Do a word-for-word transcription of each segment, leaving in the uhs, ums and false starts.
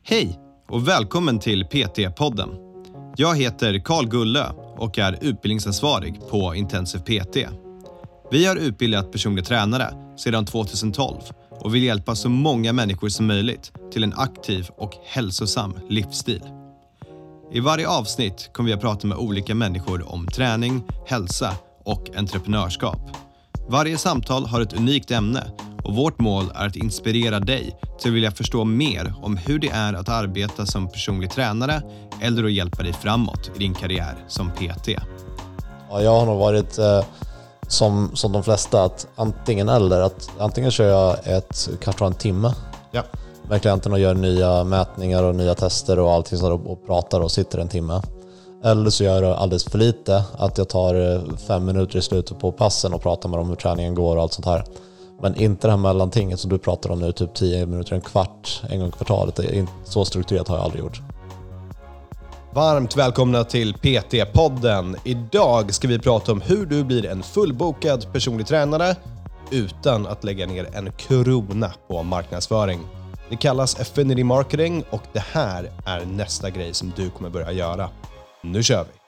Hej och välkommen till P T-podden. Jag heter Carl Gullö och är utbildningsansvarig på Intensiv P T. Vi har utbildat personliga tränare sedan tjugohundratolv och vill hjälpa så många människor som möjligt till en aktiv och hälsosam livsstil. I varje avsnitt kommer vi att prata med olika människor om träning, hälsa och entreprenörskap. Varje samtal har ett unikt ämne och vårt mål är att inspirera dig till att vilja förstå mer om hur det är att arbeta som personlig tränare eller att hjälpa dig framåt i din karriär som P T. Ja, jag har nog varit eh, som, som de flesta, att antingen eller. Att antingen kör jag ett, kanske en timme Ja. med klienten och gör nya mätningar och nya tester och allting sådär och, och pratar och sitter en timme. Eller så gör jag alldeles för lite, att jag tar fem minuter i slutet på passen och pratar med dem hur träningen går och allt sånt här. Men inte det här mellantinget som du pratar om nu, typ tio minuter, en kvart, en gång i kvartalet. Så strukturerat har jag aldrig gjort. Varmt välkomna till P T-podden. Idag ska vi prata om hur du blir en fullbokad personlig tränare utan att lägga ner en krona på marknadsföring. Det kallas affinity marketing och det här är nästa grej som du kommer börja göra. Nu kör vi!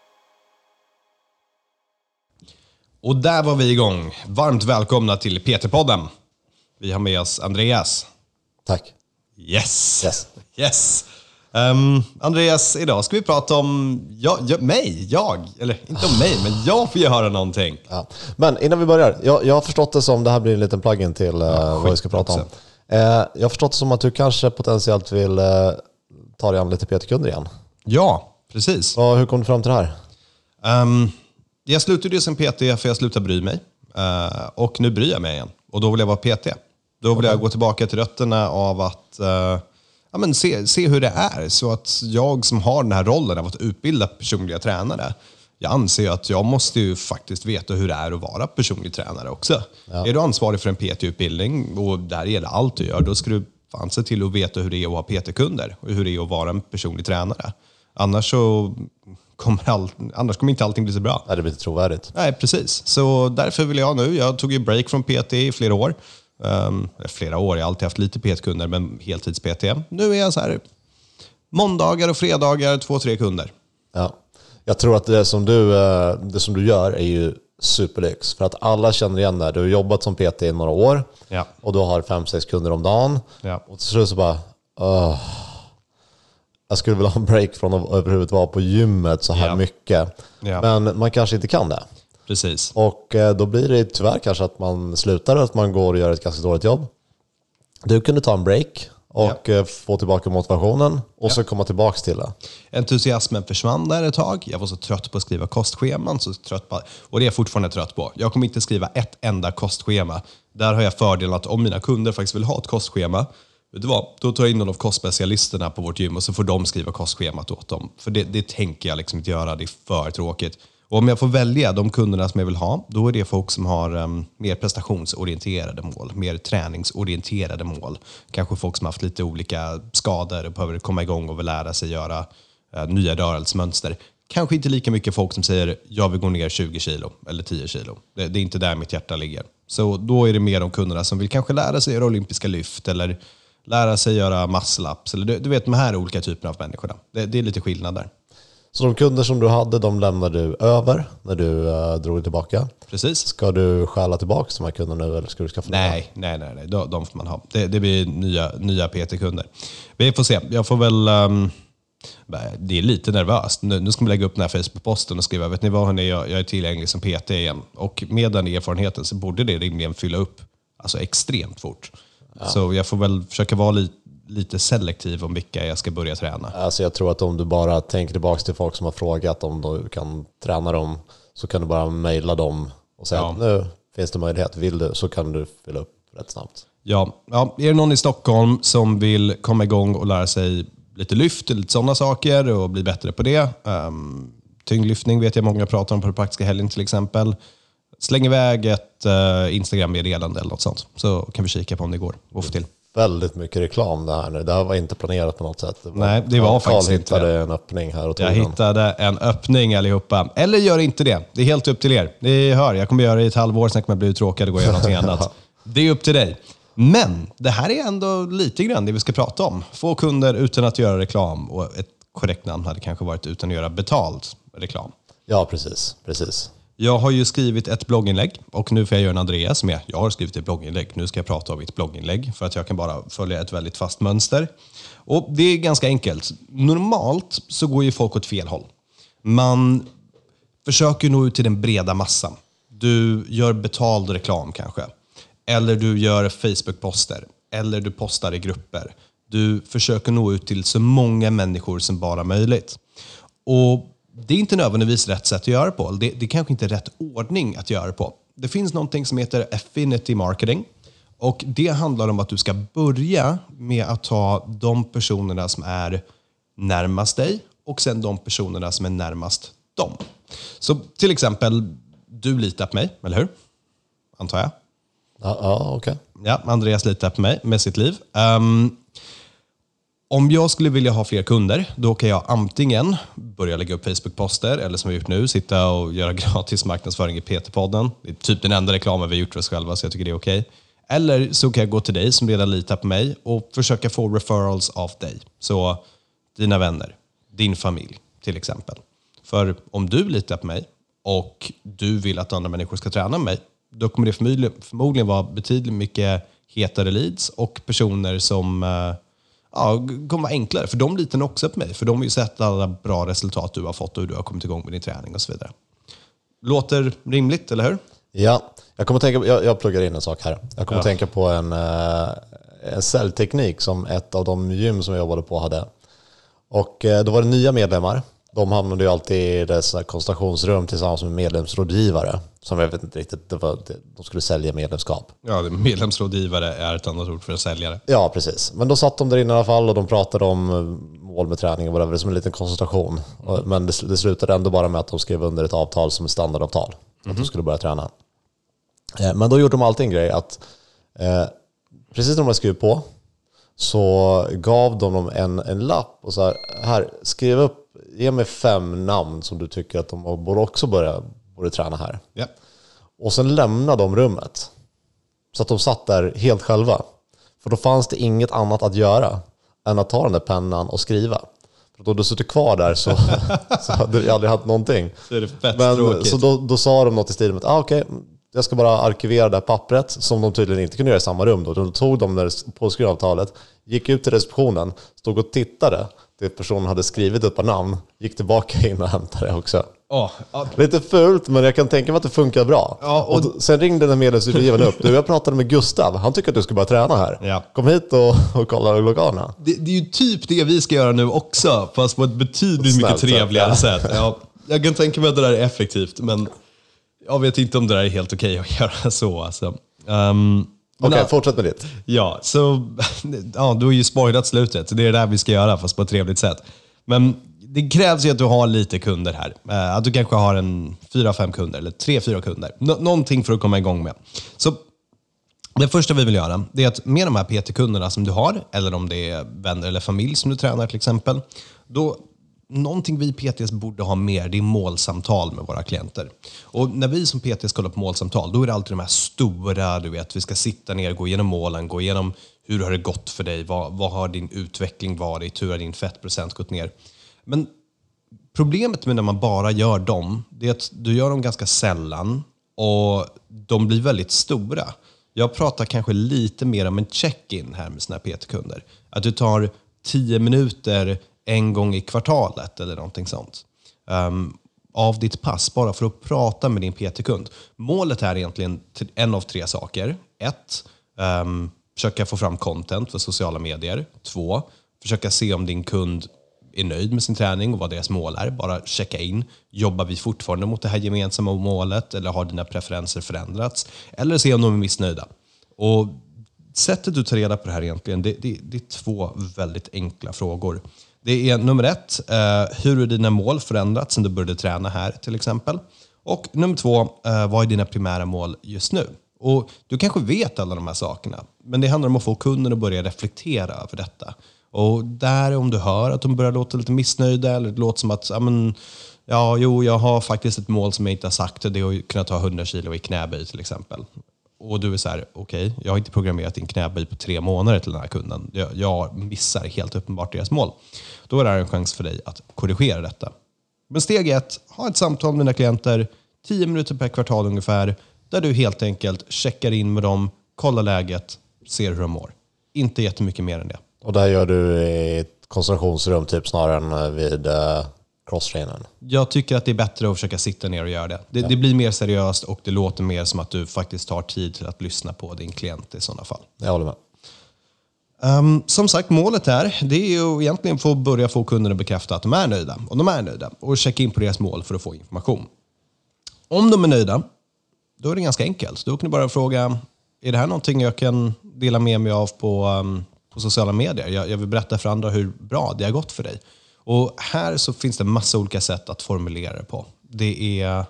Och där var vi igång. Varmt välkomna till P T-podden. Vi har med oss Andreas. Tack. Yes! Yes. Yes! Um, Andreas, idag ska vi prata om jag, jag, mig, jag, eller inte om mig, men jag får ju höra någonting. Ja. Men innan vi börjar, jag, jag har förstått det som, det här blir en liten plugin till uh, Ja, vad vi ska prata om. också. Uh, jag har förstått det som att du kanske potentiellt vill uh, ta dig an lite P T-kunder igen. Ja, precis. Uh, hur kom du fram till det här? Um, jag slutade ju som P T för jag slutade bry mig. Uh, och nu bryr jag mig igen. Och då vill jag vara P T. Då vill okay. jag gå tillbaka till rötterna av att uh, ja, men se, se hur det är. Så att jag som har den här rollen av att utbilda personliga tränare, jag anser ju att jag måste ju faktiskt veta hur det är att vara personlig tränare också. Ja. Är du ansvarig för en P T-utbildning och där gäller allt du gör, då ska du fan se till att veta hur det är att ha P T-kunder och hur det är att vara en personlig tränare. Annars så kommer, all, annars kommer inte allting bli så bra. Nej, det blir inte trovärdigt. Nej, precis. Så därför vill jag nu, jag tog ju break från P T i flera år. Um, flera år, jag har alltid haft lite P T-kunder, men heltids-P T. Nu är jag så här, måndagar och fredagar, två, tre kunder. Ja. Jag tror att det som du, det som du gör är ju superlyx. För att alla känner igen det. Du har jobbat som P T i några år. Ja. Och du har fem, sex kunder om dagen. Ja. Och till slut så bara... Uh, jag skulle vilja ha en break från att överhuvudtaget vara på gymmet så här Ja. mycket. Ja. Men man kanske inte kan det. Precis. Och då blir det tyvärr kanske att man slutar och att man går och gör ett ganska dåligt jobb. Du kunde ta en break och ja. få tillbaka motivationen och ja. så komma tillbaka till det. Entusiasmen försvann där ett tag. Jag var så trött på att skriva kostscheman. Så trött på, och det är jag fortfarande trött på. Jag kommer inte skriva ett enda kostschema. Där har jag fördelen att om mina kunder faktiskt vill ha ett kostschema, vet du vad? Då tar jag in någon av kostspecialisterna på vårt gym och så får de skriva kostschemat åt dem. För det, det tänker jag liksom inte göra. Det är för tråkigt. Och om jag får välja de kunderna som jag vill ha, då är det folk som har um, mer prestationsorienterade mål, mer träningsorienterade mål. Kanske folk som har haft lite olika skador och behöver komma igång och vill lära sig göra uh, nya rörelsemönster. Kanske inte lika mycket folk som säger jag vill gå ner tjugo kilo eller tio kilo. Det, det är inte där mitt hjärta ligger. Så då är det mer de kunderna som vill kanske lära sig göra olympiska lyft eller lära sig göra muscle-ups. Eller du, du vet, de här olika typerna av människorna. Det, det är lite skillnad där. Så de kunder som du hade, de lämnade du över när du uh, drog tillbaka? Precis. Ska du stjäla tillbaka de här kunderna nu eller ska du skaffa nej, nej, nej, nej. De, de får man ha. Det, det blir nya, nya P T-kunder. Vi får se. Jag får väl... Um, det är lite nervöst. Nu, nu ska man lägga upp den här Facebook-posten och skriva, vet ni vad hörni, jag, jag är tillgänglig som P T igen. Och med den erfarenheten så borde det rimligen fylla upp alltså extremt fort. Ja. Så jag får väl försöka vara lite lite selektiv om vilka jag ska börja träna. Alltså jag tror att om du bara tänker tillbaka till folk som har frågat om du kan träna dem, så kan du bara mejla dem och säga ja. att nu finns det möjlighet, vill du, så kan du fylla upp rätt snabbt. Ja, ja. Är det någon i Stockholm som vill komma igång och lära sig lite lyft, lite sådana saker och bli bättre på det. Um, tyngdlyftning vet jag många pratar om på Praktiska helgen till exempel. Släng iväg ett uh, Instagram-meddelande eller något sånt, så kan vi kika på om det går och få till. Väldigt mycket reklam det här nu. Det här var inte planerat på något sätt. Det var, Nej, det var Carl faktiskt inte. Jag hittade en öppning här och tog Jag den. hittade en öppning allihopa. Eller gör inte det. Det är helt upp till er. Ni hör, jag kommer göra det i ett halvår, sen kommer jag bli uttråkad och gå och göra någonting annat. Det är upp till dig. Men det här är ändå lite grann det vi ska prata om. Få kunder utan att göra reklam, och ett korrekt namn hade kanske varit utan att göra betald reklam. Ja, precis. precis. Jag har ju skrivit ett blogginlägg och nu får jag göra en Andreas med. Jag har skrivit ett blogginlägg, nu ska jag prata om mitt blogginlägg för att jag kan bara följa ett väldigt fast mönster. Och det är ganska enkelt. Normalt så går ju folk åt fel håll. Man försöker nå ut till den breda massan. Du gör betald reklam kanske. Eller du gör Facebook-poster. Eller du postar i grupper. Du försöker nå ut till så många människor som bara möjligt. Och det är inte nödvändigtvis rätt sätt att göra på. Det, det är kanske inte rätt ordning att göra på. Det finns någonting som heter affinity marketing. Och det handlar om att du ska börja med att ta de personerna som är närmast dig och sen de personerna som är närmast dem. Så till exempel, du litar på mig, eller hur? Antar jag. Ja, ja okej. Okay. Ja, Andreas litar på mig med sitt liv. Um, om jag skulle vilja ha fler kunder, då kan jag antingen börja lägga upp Facebook-poster eller som vi har gjort nu, sitta och göra gratis marknadsföring i P T-podden. Det är typ den enda reklamen vi har gjort för oss själva, så jag tycker det är okej. Okay. Eller så kan jag gå till dig som redan litar på mig och försöka få referrals av dig. Så dina vänner, din familj till exempel. För om du litar på mig och du vill att andra människor ska träna med mig, då kommer det förmodligen, förmodligen vara betydligt mycket hetare leads och personer som ja, kommer vara enklare. För de litar också på mig. För de har ju sett alla bra resultat du har fått och hur du har kommit igång med din träning och så vidare. Låter rimligt, eller hur? Ja, jag kommer tänka, jag, jag pluggar in en sak här. Jag kommer Ja. tänka på en, en säljteknik som ett av de gym som jag jobbade på hade. Och då var det nya medlemmar. De hamnade ju alltid i dessa koncentrationsrum tillsammans med medlemsrådgivare. Som jag vet inte riktigt, det var, de skulle sälja medlemskap. Ja, medlemsrådgivare är ett annat ord för säljare. Ja, precis. Men då satt de där inne i alla fall och de pratade om mål med träning och vad det var, som en liten koncentration. Mm. Men det, det slutade ändå bara med att de skrev under ett avtal som ett standardavtal. Mm. Att de skulle börja träna. Men då gjorde de alltid en grej att eh, precis när de skrev på så gav de dem en, en lapp och så här, här, skriv upp, ge mig fem namn som du tycker att de borde också börja borde träna här. Yeah. Och sen lämnade de rummet. Så att de satt där helt själva. För då fanns det inget annat att göra än att ta den där pennan och skriva. För då du suttit kvar där så, så hade jag aldrig haft någonting. Så är det fett Men, tråkigt. så då, då sa de något i stil med att ah, okej, okay, jag ska bara arkivera det här pappret som de tydligen inte kunde göra i samma rum. Då, då tog de det påskrivna avtalet, gick ut till receptionen, stod och tittade till personen hade skrivit ett par namn, gick tillbaka in och hämtade det också. Oh, oh. Lite fult, men jag kan tänka mig att det funkar bra. Ja, och... och då, sen ringde den medlemsrådgivaren upp. Du, jag pratade med Gustav, han tycker att du ska börja träna här. Ja. Kom hit och, och kolla lokalerna. Det, det är ju typ det vi ska göra nu också, fast på ett betydligt Snällt mycket trevligare sätt, sätt. Ja, jag kan tänka mig att det där är effektivt, men jag vet inte om det där är helt okej att göra så. Alltså. Um, Okej, okay, ja, fortsätt med ditt. Ja, så ja, du har ju spoilat slutet. Det är det där vi ska göra, fast på ett trevligt sätt. Men det krävs ju att du har lite kunder här. Att du kanske har en fyra, fem kunder eller tre, fyra kunder. Nå- någonting för att komma igång med. Så det första vi vill göra, det är att med de här P T-kunderna som du har, eller om det är vänner eller familj som du tränar till exempel, då någonting vi P Ts borde ha mer, det är målsamtal med våra klienter. Och när vi som P T ska hålla på målsamtal, då är det alltid de här stora, du vet, vi ska sitta ner, gå igenom målen, gå igenom hur har det gått för dig, vad, vad har din utveckling varit, hur har din fettprocent gått ner. Men problemet med när man bara gör dem, det är att du gör dem ganska sällan och de blir väldigt stora. Jag pratar kanske lite mer om en check-in här med sina P T-kunder. Att du tar tio minuter en gång i kvartalet eller någonting sånt. Um, av ditt pass, bara för att prata med din P T-kund. Målet är egentligen en av tre saker. Ett, um, försöka få fram content för sociala medier. Två, försöka se om din kund är nöjd med sin träning och vad deras mål är. Bara checka in. Jobbar vi fortfarande mot det här gemensamma målet eller har dina preferenser förändrats? Eller se om de är missnöjda. Och sättet du tar reda på det här egentligen, det, det, det är två väldigt enkla frågor. Det är nummer ett, eh, hur har dina mål förändrats sen du började träna här till exempel? Och nummer två, eh, vad är dina primära mål just nu? Och du kanske vet alla de här sakerna, men det handlar om att få kunden att börja reflektera över detta. Och där om du hör att de börjar låta lite missnöjda eller det låter som att ja, men, ja, jo, jag har faktiskt ett mål som jag inte har sagt och det är att kunna ta hundra kilo i knäböj till exempel. och du är så här, okej, okay, jag har inte programmerat in knäböj på tre månader till den här kunden. Jag, jag missar helt uppenbart deras mål. Då är det en chans för dig att korrigera detta. Men steg ett, ha ett samtal med dina klienter, tio minuter per kvartal ungefär, där du helt enkelt checkar in med dem, kollar läget, ser hur de mår. Inte jättemycket mer än det. Och det här gör du i ett koncentrationsrum typ snarare än vid eh, crosstrainern? Jag tycker att det är bättre att försöka sitta ner och göra det. Det, ja. det blir mer seriöst och det låter mer som att du faktiskt tar tid till att lyssna på din klient i sådana fall. Jag håller med. Um, som sagt, målet är, det är ju egentligen för att börja få kunderna att bekräfta att de är nöjda. Och de är nöjda. Och checka in på deras mål för att få information. Om de är nöjda, då är det ganska enkelt. Då kan du bara fråga, är det här någonting jag kan dela med mig av på, um, på sociala medier? Jag, jag vill berätta för andra hur bra det har gått för dig. Och här så finns det massa olika sätt att formulera det på. Det är,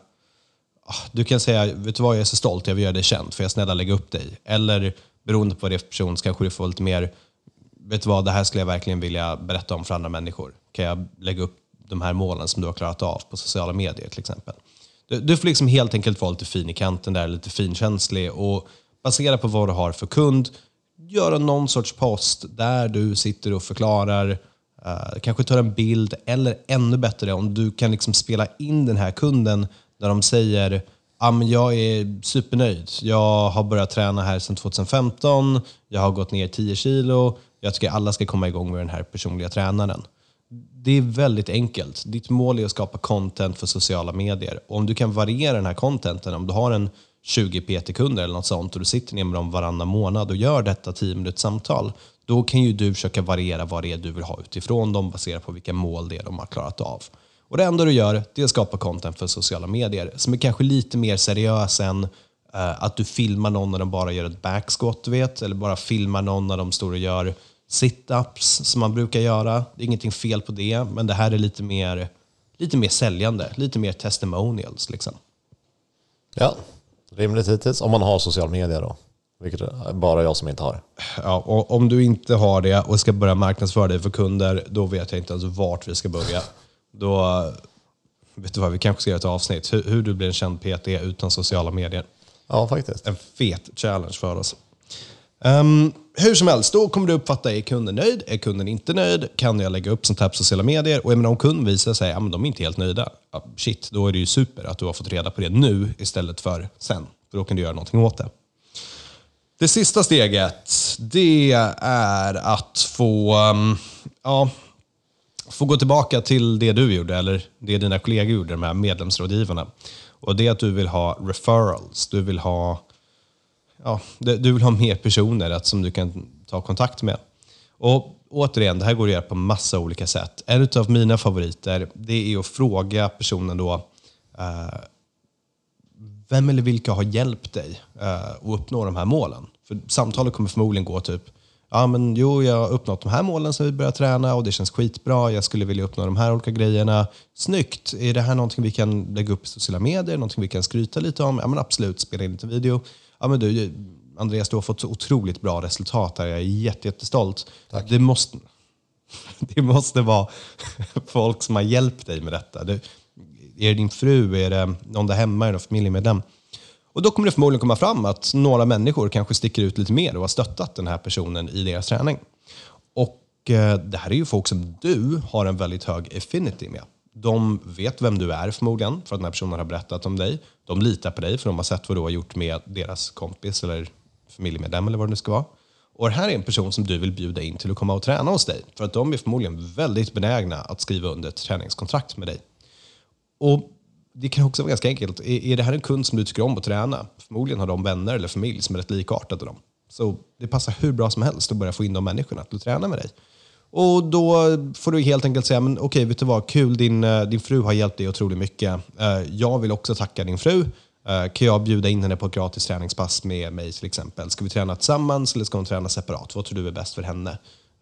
du kan säga, vet du vad, jag är så stolt, jag vill göra dig känd, för jag snälla lägga upp dig. Eller beroende på vad det är för person så kanske du får lite mer, vet du vad, det här skulle jag verkligen vilja berätta om för andra människor. Kan jag lägga upp de här målen som du har klarat av på sociala medier till exempel. Du, du får liksom helt enkelt vara lite fin i kanten där, lite finkänslig och basera på vad du har för kund, göra någon sorts post där du sitter och förklarar, uh, kanske tar en bild, eller ännu bättre om du kan liksom spela in den här kunden där de säger, ja, men jag är supernöjd, jag har börjat träna här sedan tjugohundrafemton, jag har gått ner tio kilo, jag tycker alla ska komma igång med den här personliga tränaren. Det är väldigt enkelt. Ditt mål är att skapa content för sociala medier. Och om du kan variera den här contenten, om du har en tjugo P T-kunder eller något sånt och du sitter ner med dem varannan månad och gör detta tio minuters samtal, då kan ju du försöka variera vad det är du vill ha utifrån dem baserat på vilka mål det är de har klarat av. Och det enda du gör, det är att skapa content för sociala medier som är kanske lite mer seriös än uh, att du filmar någon när de bara gör ett backsquat, du vet, eller bara filmar någon när de står och gör sit-ups som man brukar göra. Det är ingenting fel på det, men det här är lite mer, lite mer säljande, lite mer testimonials liksom. Ja, rimligt hittills. Om man har social media då, vilket är bara jag som inte har. Ja, och om du inte har det och ska börja marknadsföra dig för kunder, då vet jag inte ens vart vi ska börja. Då, vet du vad, vi kanske ska göra ett avsnitt. Hur, hur du blir en känd P T utan sociala medier. Ja, faktiskt. En fet challenge för oss. Um, hur som helst, då kommer du uppfatta, är kunden nöjd? Är kunden inte nöjd? Kan jag lägga upp sånt här på sociala medier? Och om kunden visar sig, ja, men de är inte helt nöjda. Ja, shit, då är det ju super att du har fått reda på det nu istället för sen. För då kan du göra någonting åt det. Det sista steget, det är att få, um, ja, få gå tillbaka till det du gjorde, eller det dina kollegor gjorde, de här medlemsrådgivarna. Och det är att du vill ha referrals. Du vill ha Ja, du vill ha mer personer att, som du kan ta kontakt med. Och återigen, det här går att göra på massa olika sätt. En av mina favoriter, det är att fråga personen då, uh, vem eller vilka har hjälpt dig uh, att uppnå de här målen? För samtalet kommer förmodligen gå typ, ja men jo, jag har uppnått de här målen så vi börjar träna och det känns skitbra. Jag skulle vilja uppnå de här olika grejerna. Snyggt! Är det här någonting vi kan lägga upp i sociala medier? Någonting vi kan skryta lite om? Ja men absolut, spela in lite video. Ja men du, Andreas, du har fått så otroligt bra resultat här. Jag är jätte, jättestolt. Tack. Det måste, det måste vara folk som har hjälpt dig med detta. Det, är det din fru? Är det någon där hemma? Är det familjemedlem? Och då kommer det förmodligen komma fram att några människor kanske sticker ut lite mer och har stöttat den här personen i deras träning. Och eh, det här är ju folk som du har en väldigt hög affinity med. De vet vem du är förmodligen för att den här personen har berättat om dig. De litar på dig för de har sett vad du har gjort med deras kompis eller familjemedlem eller vad det nu ska vara. Och det här är en person som du vill bjuda in till att komma och träna hos dig. För att de är förmodligen väldigt benägna att skriva under ett träningskontrakt med dig. Och det kan också vara ganska enkelt. Är det här en kund som du tycker om att träna? Förmodligen har de vänner eller familj som är rätt likartade dem. Så det passar hur bra som helst att börja få in de människorna att träna med dig. Och då får du helt enkelt säga, men okej, vet du vad, kul, din, din fru har hjälpt dig otroligt mycket. Jag vill också tacka din fru. Kan jag bjuda in henne på ett gratis träningspass med mig till exempel? Ska vi träna tillsammans eller ska hon träna separat? Vad tror du är bäst för henne?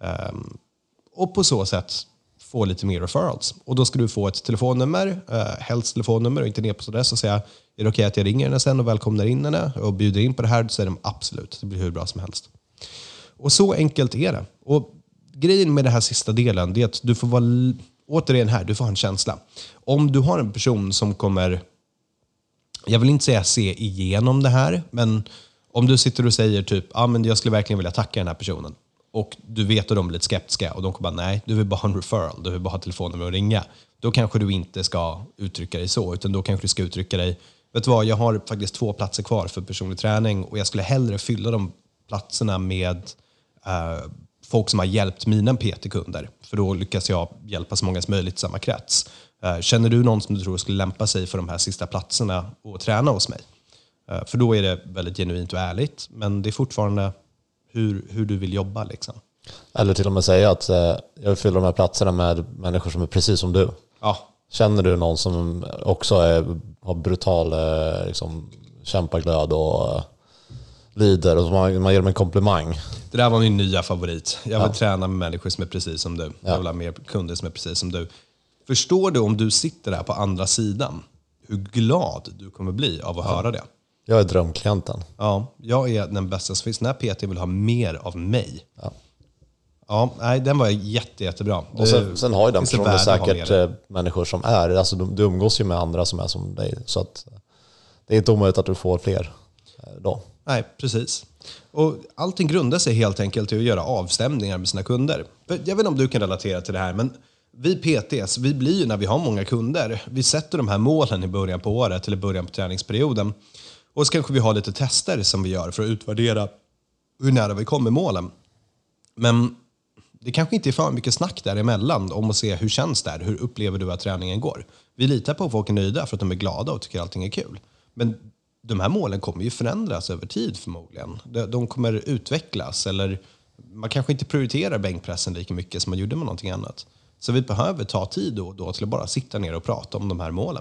Och på så sätt få lite mer referrals. Och då ska du få ett telefonnummer, helst telefonnummer och inte ner på sådär, så säga, är det okej att jag ringer henne sen och välkomnar in henne och bjuder in på det här? Då säger de absolut, det blir hur bra som helst. Och så enkelt är det. Och grejen med den här sista delen, det är att du får vara, återigen här, du får ha en känsla. Om du har en person som kommer, jag vill inte säga se igenom det här, men Om du sitter och säger typ, ja ah, men jag skulle verkligen vilja tacka den här personen. Och du vet att de är lite skeptiska och de kommer bara, nej, du vill bara ha en referral, du vill bara ha telefonnummer och ringa. Då kanske du inte ska uttrycka dig så, utan då kanske du ska uttrycka dig, vet du vad, jag har faktiskt två platser kvar för personlig träning och jag skulle hellre fylla de platserna med uh, folk som har hjälpt mina P T-kunder. För då lyckas jag hjälpa så många som möjligt i samma krets. Uh, känner du någon som du tror skulle lämpa sig för de här sista platserna och träna hos mig? Uh, för då är det väldigt genuint och ärligt, men det är fortfarande hur, hur du vill jobba liksom. Eller till och med säga att eh, jag vill fylla de här platserna med människor som är precis som du. Ja. Känner du någon som också är, har brutal eh, liksom, kämpaglöd och eh, lider och man, man ger dem en komplimang. Det där var min nya favorit. Jag vill Ja. träna med människor som är precis som du. Ja. Jag vill ha mer kunder som är precis som du. Förstår du om du sitter där på andra sidan hur glad du kommer bli av att ja. höra det? Jag är drömklienten. Ja, jag är den bästa som finns. När P T vill ha mer av mig. Ja. Ja, nej, den var jätte, jättebra. Och sen, sen har ju den finns det personen värde att ha säkert med eh, människor som är, alltså du, du umgås ju med andra som är som dig, så att det är inte omöjligt att du får fler eh, då. Nej, precis. Och allting grundar sig helt enkelt till att göra avstämningar med sina kunder. För jag vet inte om du kan relatera till det här, men vi P Ts, vi blir ju när vi har många kunder, vi sätter de här målen i början på året eller början på träningsperioden. Och så kanske vi har lite tester som vi gör för att utvärdera hur nära vi kommer målen. Men det kanske inte är för mycket snack däremellan om att se hur känns det här, hur upplever du att träningen går. Vi litar på att folk är nöjda för att de är glada och tycker allting är kul. Men de här målen kommer ju förändras över tid förmodligen. De kommer utvecklas eller man kanske inte prioriterar bänkpressen lika mycket som man gjorde med någonting annat. Så vi behöver ta tid då och då till att bara sitta ner och prata om de här målen.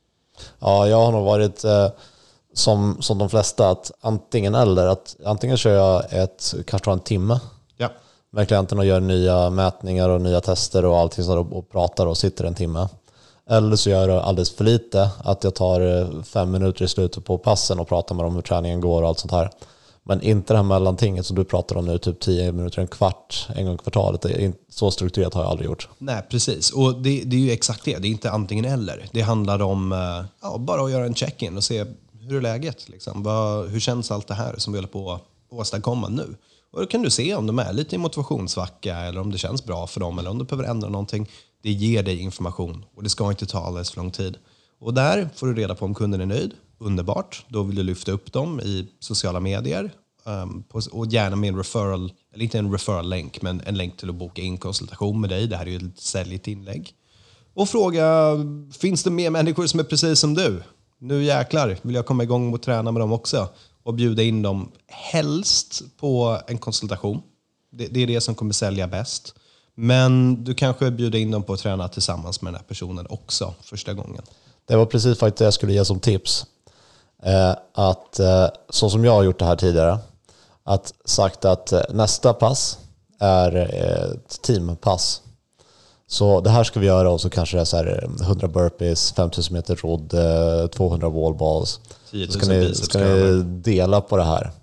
Ja, jag har nog varit eh, som, som de flesta att antingen eller, att antingen kör jag ett, kanske tar en timme Ja. med klienten och gör nya mätningar och nya tester och allting sådär och, och pratar och sitter en timme. Eller så gör jag alldeles för lite, att jag tar fem minuter i slutet på passen och pratar med dem hur träningen går och allt sånt här. Men inte det här mellantinget som du pratar om nu, typ tio minuter, en kvart, en gång i kvartalet. Det är inte, så strukturerat har jag aldrig gjort. Nej, precis. Och det, det är ju exakt det. Det är inte antingen eller. Det handlar om ja, bara att göra en check-in och se hur är läget. Liksom. Vad, hur känns allt det här som vi håller på att åstadkomma nu? Och då kan du se om de är lite i motivationssvacka eller om det känns bra för dem eller om de behöver ändra någonting. Det ger dig information och det ska inte ta alldeles för lång tid. Och där får du reda på om kunden är nöjd. Underbart. Då vill du lyfta upp dem i sociala medier. Um, på, och gärna med en referral, eller inte en referral-länk, men en länk till att boka in konsultation med dig. Det här är ju ett säljigt inlägg. Och fråga, finns det mer människor som är precis som du? Nu jäklar, vill jag komma igång och träna med dem också. Och bjuda in dem helst på en konsultation. Det, det är det som kommer sälja bäst. Men du kanske bjuder in dem på att träna tillsammans med den här personen också första gången. Det var precis faktiskt det jag skulle ge som tips. Eh, att eh, så som jag har gjort det här tidigare, att sagt att eh, nästa pass är eh, ett teampass. Så det här ska vi göra och så kanske det är så här hundra burpees, femtusen meter rodd, eh, tvåhundra wallballs. Så ska ni, ska ni dela på det här.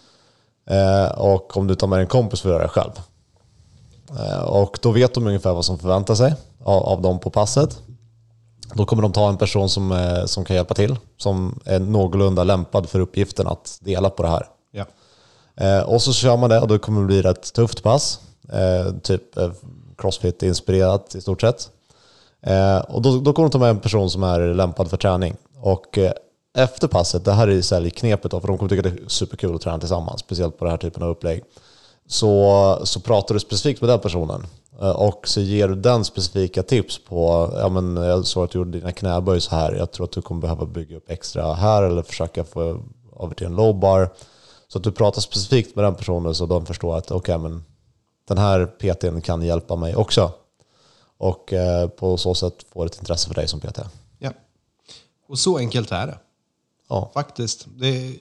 Eh, och om du tar med en kompis får du göra det själv. Eh, och då vet de ungefär vad som förväntar sig av, av dem på passet. Då kommer de ta en person som, som kan hjälpa till, som är någorlunda lämpad för uppgiften att dela på det här. Ja. Eh, och så kör man det och då kommer det bli ett tufft pass. Eh, typ eh, crossfit-inspirerat i stort sett. Eh, och då, då kommer de ta med en person som är lämpad för träning. Och eh, efter passet, det här är säljknepet då, för de kommer tycka det är superkul att träna tillsammans, speciellt på den här typen av upplägg. Så, så pratar du specifikt med den personen. Och så ger du den specifika tips på, ja men jag såg att du gjorde dina knäböj så här, jag tror att du kommer behöva bygga upp extra här eller försöka få över till en low bar. Så att du pratar specifikt med den personen så de förstår att okej, okay, men den här P T:n kan hjälpa mig också. Och eh, på så sätt får ett intresse för dig som P T. Ja, och så enkelt är det. Ja. Faktiskt. Det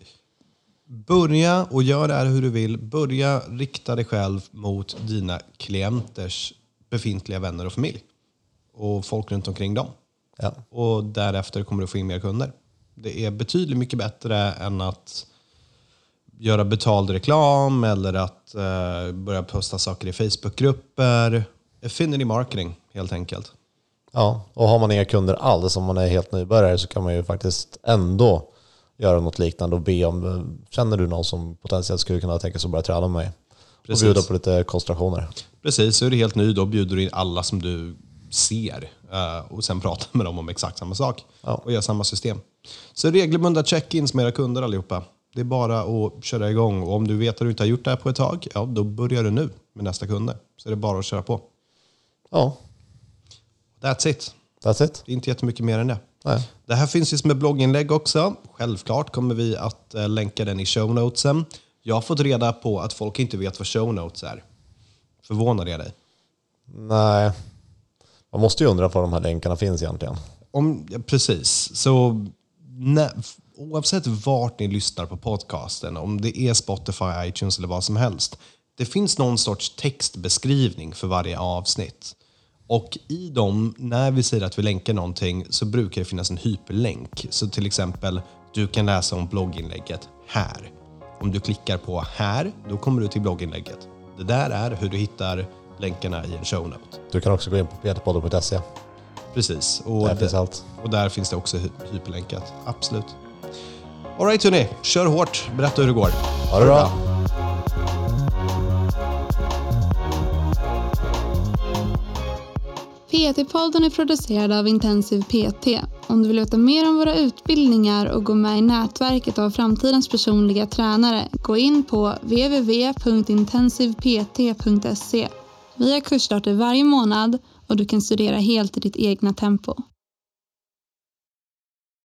börja och gör det här hur du vill. Börja rikta dig själv mot dina klienters befintliga vänner och familj. Och folk runt omkring dem. Ja. Och därefter kommer du få in mer kunder. Det är betydligt mycket bättre än att göra betald reklam eller att uh, börja posta saker i Facebookgrupper. Affinity marketing helt enkelt. Ja, och har man inga kunder alls, om man är helt nybörjare, så kan man ju faktiskt ändå göra något liknande och be om, känner du någon som potentiellt skulle kunna tänka sig att börja träna med mig? Precis. Och bjuda på lite koncentrationer. Precis, så är det helt ny. Då bjuder du in alla som du ser uh, och sen pratar med dem om exakt samma sak. Ja. Och gör samma system. Så regelbundna check-ins med era kunder allihopa. Det är bara att köra igång. Och om du vet att du inte har gjort det här på ett tag, ja, då börjar du nu med nästa kunder. Så är det bara att köra på. Ja. That's it. That's it. Det är inte jättemycket mer än det. Nej. Det här finns ju som ett blogginlägg också. Självklart kommer vi att uh, länka den i show notesen. Jag har fått reda på att folk inte vet vad show notes är. Förvånar det dig? Nej. Man måste ju undra var de här länkarna finns egentligen. Om, ja, precis. Så när, oavsett vart ni lyssnar på podcasten, om det är Spotify, iTunes eller vad som helst. Det finns någon sorts textbeskrivning för varje avsnitt. Och i dem, när vi säger att vi länkar någonting, så brukar det finnas en hyperlänk. Så till exempel, du kan läsa om blogginlägget här. Om du klickar på här, då kommer du till blogginlägget. Det där är hur du hittar länkarna i en show note. Du kan också gå in på p t podden punkt se. Precis. Och Där finns allt. Och där finns det också hyperlänkat. Absolut. All right, hörni. Kör hårt. Berätta hur det går. Ha det bra. P T-podden är producerad av Intensiv P T. Om du vill veta mer om våra utbildningar och gå med i nätverket av framtidens personliga tränare, gå in på w w w punkt intensiv p t punkt se. Vi har kursstarter varje månad och du kan studera helt i ditt egna tempo.